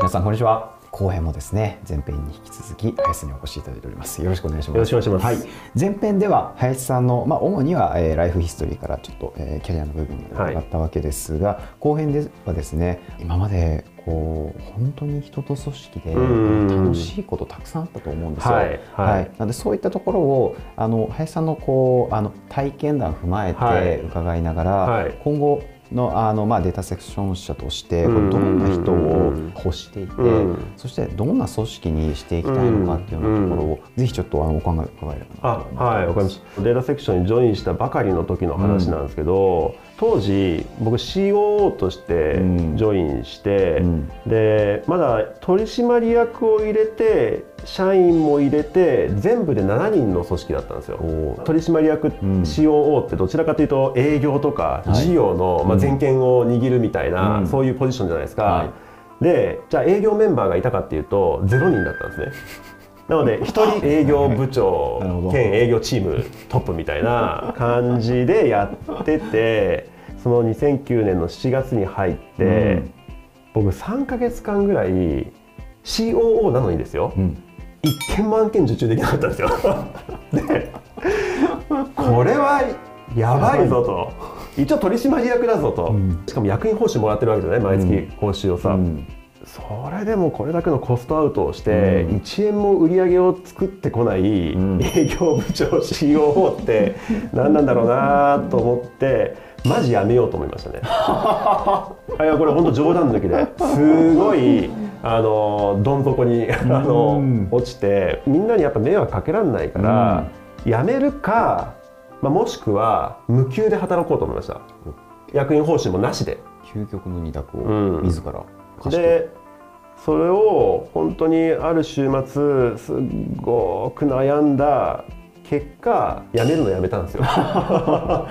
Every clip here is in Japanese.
皆さんこんにちは。後編もですね、前編に引き続き林さんにお越しいただいております。よろしくお願いします。 よろしくお願いします。 はい、前編では林さんの主にはライフヒストリーからちょっとキャリアの部分に伺ったわけですが、後編ではですね、今までこう本当に人と組織で楽しいことたくさんあったと思うんですよ。なのでそういったところを林さんのこう体験談を踏まえて伺いながら、今後のデータセクション者としてどんな人を欲していて、そしてどんな組織にしていきたいのかっていうようなところをぜひちょっとお考え伺えればなと思います。 はい、わかりました。データセクションにジョインしたばかりの時の話なんですけど、当時僕 COO としてジョインして、でまだ取締役を入れて社員も入れて全部で7人の組織だったんですよ。取締役、COO ってどちらかというと営業とか事業の全権を握るみたいな、そういうポジションじゃないですか。でじゃあ営業メンバーがいたかっていうと0人だったんですね。なので1人営業部長兼営業チームトップみたいな感じでやってて、その2009年の7月に入って、僕3ヶ月間ぐらい COO なのにですよ、1件も案件受注できなかったんですよ。でこれはやばいぞと、一応取締役だぞと、しかも役員報酬もらってるわけじゃない、毎月報酬をさ、それでもこれだけのコストアウトをして、1円も売り上げを作ってこない営業部長 COO って何なんだろうなと思って、マジやめようと思いましたね。いやこれ本当冗談抜きですごいどん底に落ちて、みんなにやっぱ迷惑かけられないから、やめるか、もしくは無給で働こうと思いました。役員報酬もなしで。 究極の二択を自ら課して、でそれを本当にある週末すっごく悩んだ結果、辞めるのやめたんですよ。 はい、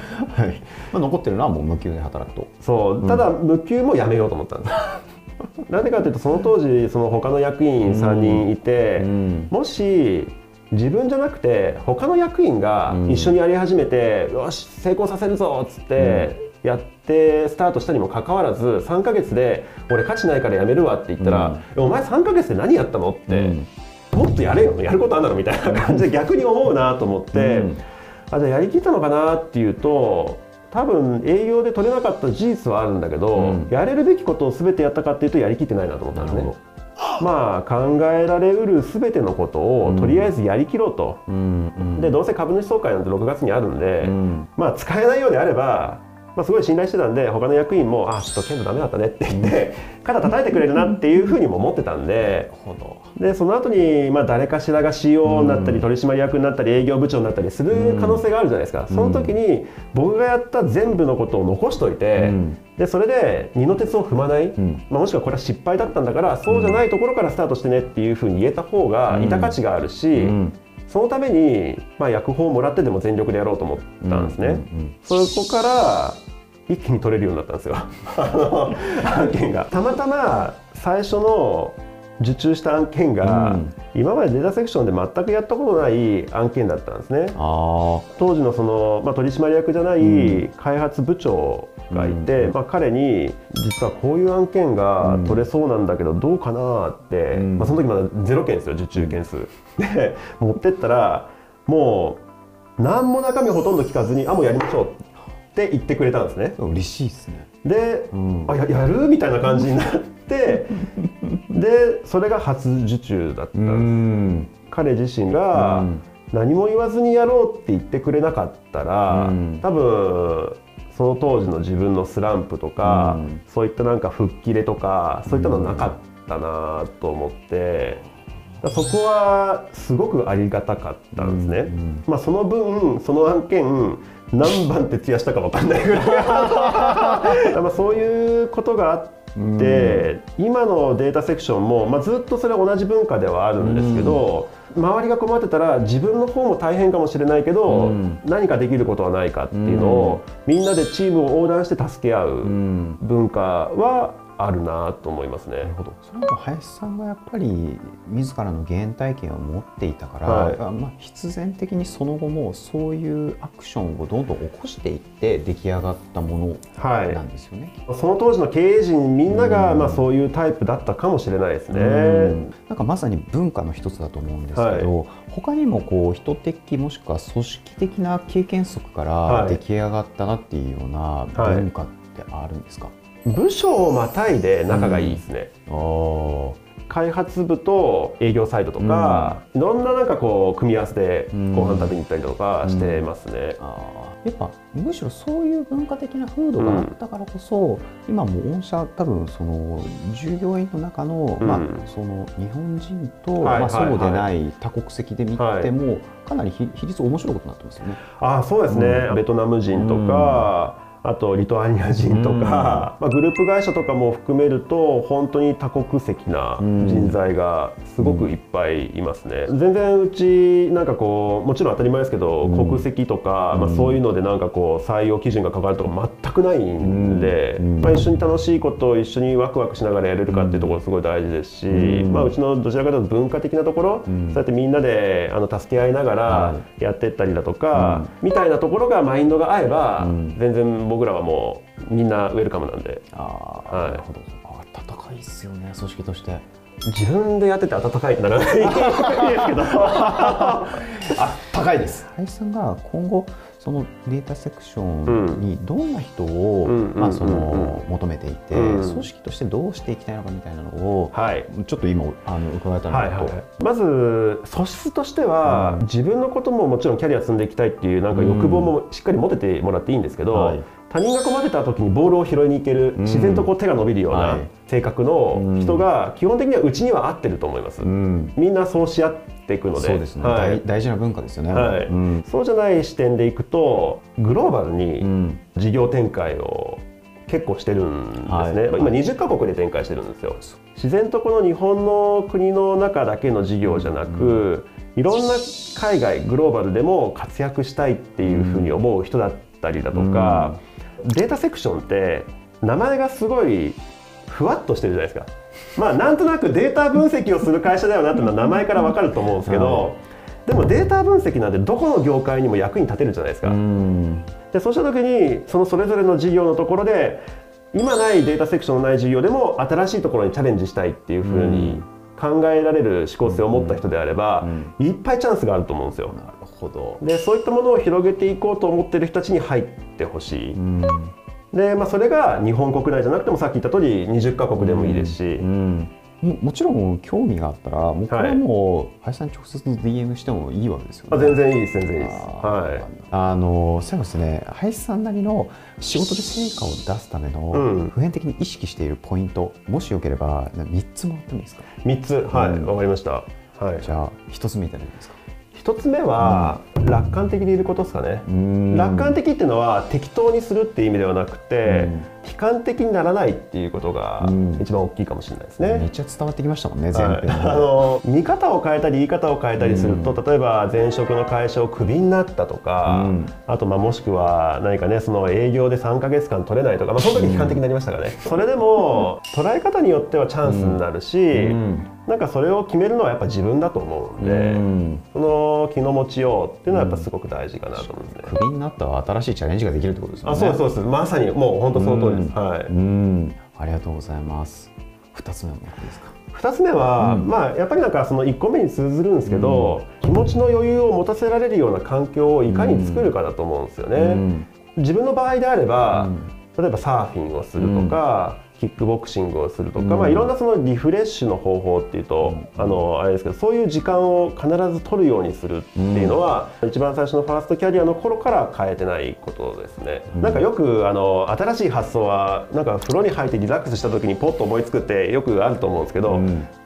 残ってるのはもう無給で働くと。 そう、ただ無給も辞めようと思ったんです。なぜかというと、その当時その他の役員3人いて、もし自分じゃなくて他の役員が一緒にやり始めて、よし成功させるぞっつってやってスタートしたにもかかわらず、3ヶ月で俺価値ないから辞めるわって言ったら、お前3ヶ月で何やったのって、もっとやれよ、やることあんだろみたいな感じで逆に思うなと思って、じゃあやりきったのかなっていうと、多分営業で取れなかった事実はあるんだけど、やれるべきことを全てやったかっていうとやりきってないなと思ったんですね。考えられうる全てのことをとりあえずやりきろうと。でどうせ株主総会なんて6月にあるんで、使えないようであれば、すごい信頼してたんで、他の役員もちょっと剣道ダメだったねって言って肩叩いてくれるなっていうふうにも思ってたんで、でその後に誰かしらが CEO になったり取締役になったり営業部長になったりする可能性があるじゃないですか。その時に僕がやった全部のことを残しといて、でそれで二の鉄を踏まない、もしくはこれは失敗だったんだからそうじゃないところからスタートしてねっていうふうに言えた方がいた価値があるし、そのために役報をもらってでも全力でやろうと思ったんですね。そこから一気に取れるようになったんですよ。案件がたまたま最初の受注した案件が、今までデータセクションで全くやったことない案件だったんですね。当時のその、取締役じゃない開発部長がいて、彼に実はこういう案件が取れそうなんだけどどうかなって、その時まだ0件ですよ、受注件数で持ってったら、もう何も中身ほとんど聞かずにもうやりましょうって言ってくれたんですね。 嬉しいですね。 で、やるみたいな感じになってでそれが初受注だったんです。彼自身が何も言わずにやろうって言ってくれなかったら、多分その当時の自分のスランプとか、そういった吹っ切れとかそういったのなかったなと思って、そこはすごくありがたかったんですね。その分その案件何番徹夜したか分かんないぐらいそういうことがあって、今のデータセクションも、ずっとそれは同じ文化ではあるんですけど、 周りが困ってたら自分の方も大変かもしれないけど、何かできることはないかっていうのを、みんなでチームを横断して助け合う文化はあるなと思いますね。 なるほど。それは林さんがやっぱり自らの原体験を持っていたから、まあ必然的にその後もそういうアクションをどんどん起こしていって出来上がったものなんですよね。 その当時の経営陣みんながまあそういうタイプだったかもしれないですね。 なんかまさに文化の一つだと思うんですけど、他にもこう人的もしくは組織的な経験則から出来上がったなっていうような文化ってあるんですか？ 部署をまたいで仲がいいですね。開発部と営業サイドとか、いろんななんかこう組み合わせでご飯食べに行ったりとかしてますね。 やっぱむしろそういう文化的な風土があったからこそ、今も御社多分その従業員の中の、まあその日本人とまあそうでない多国籍で見てもかなり比率面白いことになってますよね。 そうですね。ベトナム人とか。あとリトアニア人とか、まあ、グループ会社とかも含めると本当に多国籍な人材がすごくいっぱいいますね。全然うちなんかこうもちろん当たり前ですけど、国籍とか、まあ、そういうのでなんかこう採用基準がかかるとか全くないんで、まあ、一緒に楽しいことを一緒にワクワクしながらやれるかっていうところすごい大事ですし、まあ、うちのどちらかというと文化的なところ、そうやってみんなで助け合いながらやっていったりだとか、みたいなところがマインドが合えば全然僕らはもうみんなウェルカムなんで。 なるほど。温かいですよね、組織として。 自分でやってて温かいってなかなか言いにくいですけど高いです。林さんが今後そのデータセクションにどんな人を求めていて、組織としてどうしていきたいのかみたいなのをちょっと今伺えたらなと。 まず素質としては、自分のことももちろんキャリア積んでいきたいっていうなんか欲望もしっかり持ててもらっていいんですけど、他人が困ってた時にボールを拾いに行ける、自然とこう手が伸びるような性格の人が基本的にはうちには合ってると思います。みんなそうし合っていくので。 そうですね。大事な文化ですよね。 そうじゃない視点でいくとグローバルに事業展開を結構してるんですね。今20カ国で展開してるんですよ。自然とこの日本の国の中だけの事業じゃなく、いろんな海外グローバルでも活躍したいっていうふうに思う人だったりだとか、データセクションって名前がすごいふわっとしてるじゃないですか。まあなんとなくデータ分析をする会社だよなっていうのは名前から分かると思うんですけど、でもデータ分析なんてどこの業界にも役に立てるじゃないですか。でそうした時にそれぞれの事業のところで今ないデータセクションのない事業でも新しいところにチャレンジしたいっていうふうに考えられる思考性を持った人であれば、いっぱいチャンスがあると思うんですよ。 なるほど。 でそういったものを広げていこうと思っている人たちに入ってほしい。で、それが日本国内じゃなくてもさっき言った通り20カ国でもいいですし、 もちろん興味があったらもうこれはもう林さんに直接 DM してもいいわけですよね。 全然いいです、全然いいです。 そうですね、林さんなりの仕事で成果を出すための普遍的に意識しているポイント、もしよければ3つもらってもいいですか ？3つ、わかりました。 じゃあ1つ目いただけますか ？1つ目は楽観的でいることですかね。楽観的っていうのは適当にするっていう意味ではなくて、悲観的にならないっていうことが一番大きいかもしれないですね。 めっちゃ伝わってきましたもんね、前編。 見方を変えたり言い方を変えたりすると、例えば前職の会社をクビになったとか、あともしくは何かね、その営業で3ヶ月間取れないとか、その時悲観的になりましたからね。それでも捉え方によってはチャンスになるし、なんかそれを決めるのはやっぱ自分だと思うんで、その気の持ちようっていうのはやっぱすごく大事かなと思うんですね。 クビになったら新しいチャレンジができるってことですよね。 そうです、そうです。まさにもう本当その通りです。 ありがとうございます。2つ目は何ですか ？2つ目は、やっぱりなんかその1個目に通ずるんですけど、気持ちの余裕を持たせられるような環境をいかに作るかだと思うんですよね。自分の場合であれば、例えばサーフィンをするとか、キックボクシングをするとか、いろんなそのリフレッシュの方法っていうと、あれですけど、そういう時間を必ず取るようにするっていうのは、一番最初のファーストキャリアの頃から変えてないことですね。なんかよく新しい発想はなんか風呂に入ってリラックスした時にポッと思いつくってよくあると思うんですけど、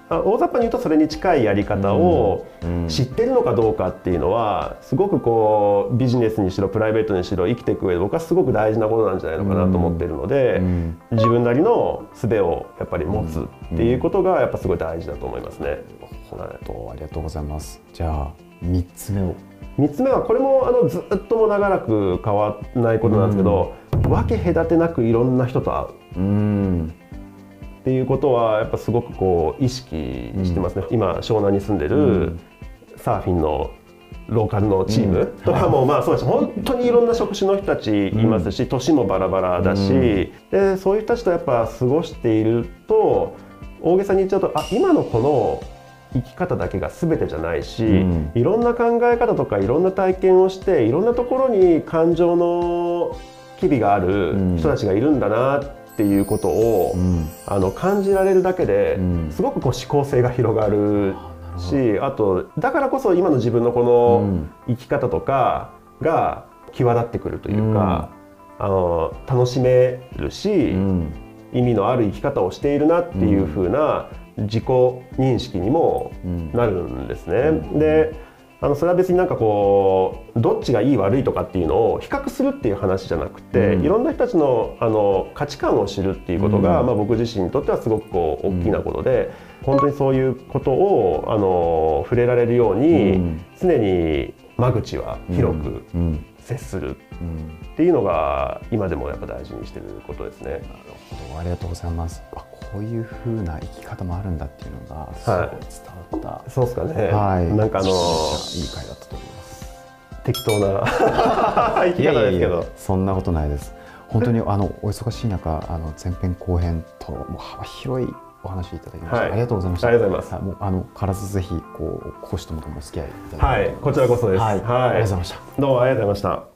大雑把に言うとそれに近いやり方を知ってるのかどうかっていうのはすごくこうビジネスにしろプライベートにしろ生きていく上で僕はすごく大事なことなんじゃないのかなと思っているので、自分なりの術をやっぱり持つっていうことがやっぱすごい大事だと思いますね。 ありがとうございます。じゃあ3つ目を。 3つ目はこれもずっとも長らく変わらないことなんですけど、分け隔てなくいろんな人と会う。っていうことはやっぱすごくこう意識してますね。今湘南に住んでるサーフィンのローカルのチームとかもまあそうです。本当にいろんな職種の人たちいますし、年もバラバラだし、でそういう人たちとやっぱ過ごしていると大げさに言っちゃうと今のこの生き方だけが全てじゃないし、いろんな考え方とかいろんな体験をしていろんなところに感情の機微がある人たちがいるんだなっていうことを、感じられるだけですごくこう思考性が広がるし、あとだからこそ今の自分のこの生き方とかが際立ってくるというか、楽しめるし、意味のある生き方をしているなっていう風な自己認識にもなるんですね。でそれは別になんかこうどっちがいい悪いとかっていうのを比較するっていう話じゃなくて、いろんな人たちの価値観を知るっていうことが、僕自身にとってはすごくこう大きなことで、本当にそういうことを触れられるように、常に間口は広く接するっていうのが今でもやっぱ大事にしてることですね。なるほど、ありがとうございます。こういう風な生き方もあるんだっていうのがすごい伝わった。 そうですかね。なんかいい回だったと思います。適当な生き方ですけど。 そんなことないです。本当にお忙しい中前編後編ともう幅広いお話いただきました。ありがとうございました。 ありがとうございます。 もう必ずぜひ講師ともお付き合いいただきたいと思います。 こちらこそです。 ありがとうございました。 どうもありがとうございました。